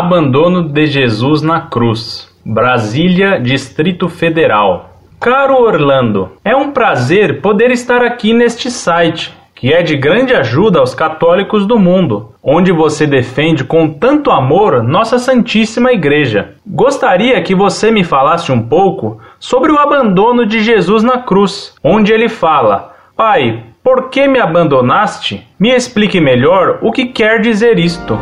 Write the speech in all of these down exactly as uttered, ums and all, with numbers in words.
Abandono de Jesus na cruz. Brasília, Distrito Federal. Caro Orlando, é um prazer poder estar aqui neste site, que é de grande ajuda aos católicos do mundo, onde você defende com tanto amor nossa Santíssima Igreja. Gostaria que você me falasse um pouco sobre o abandono de Jesus na cruz, onde ele fala: Pai, por que me abandonaste? Me explique melhor o que quer dizer isto.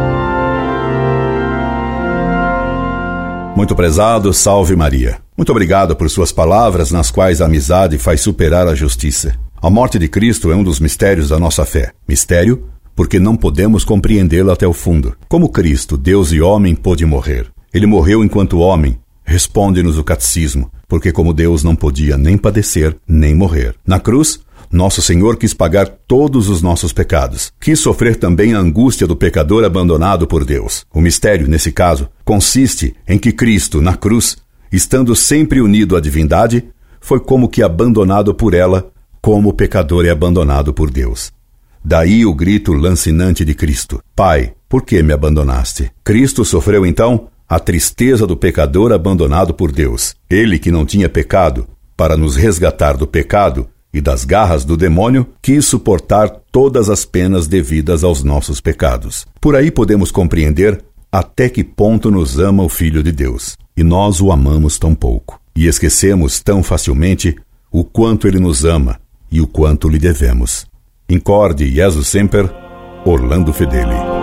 Muito prezado, salve Maria. Muito obrigado por suas palavras, nas quais a amizade faz superar a justiça. A morte de Cristo é um dos mistérios da nossa fé. Mistério porque não podemos compreendê-lo até o fundo. Como Cristo, Deus e homem, pôde morrer? Ele morreu enquanto homem. Responde-nos o catecismo, porque como Deus não podia nem padecer, nem morrer. Na cruz, nosso Senhor quis pagar todos os nossos pecados. Quis sofrer também a angústia do pecador abandonado por Deus. O mistério, nesse caso, consiste em que Cristo, na cruz, estando sempre unido à divindade, foi como que abandonado por ela, como o pecador é abandonado por Deus. Daí o grito lancinante de Cristo: Pai, por que me abandonaste? Cristo sofreu então a tristeza do pecador abandonado por Deus. Ele que não tinha pecado, para nos resgatar do pecado e das garras do demônio, quis suportar todas as penas devidas aos nossos pecados. Por aí podemos compreender até que ponto nos ama o Filho de Deus. E nós o amamos tão pouco. E esquecemos tão facilmente o quanto ele nos ama e o quanto lhe devemos. Incorde Jesus Semper, Orlando Fedeli.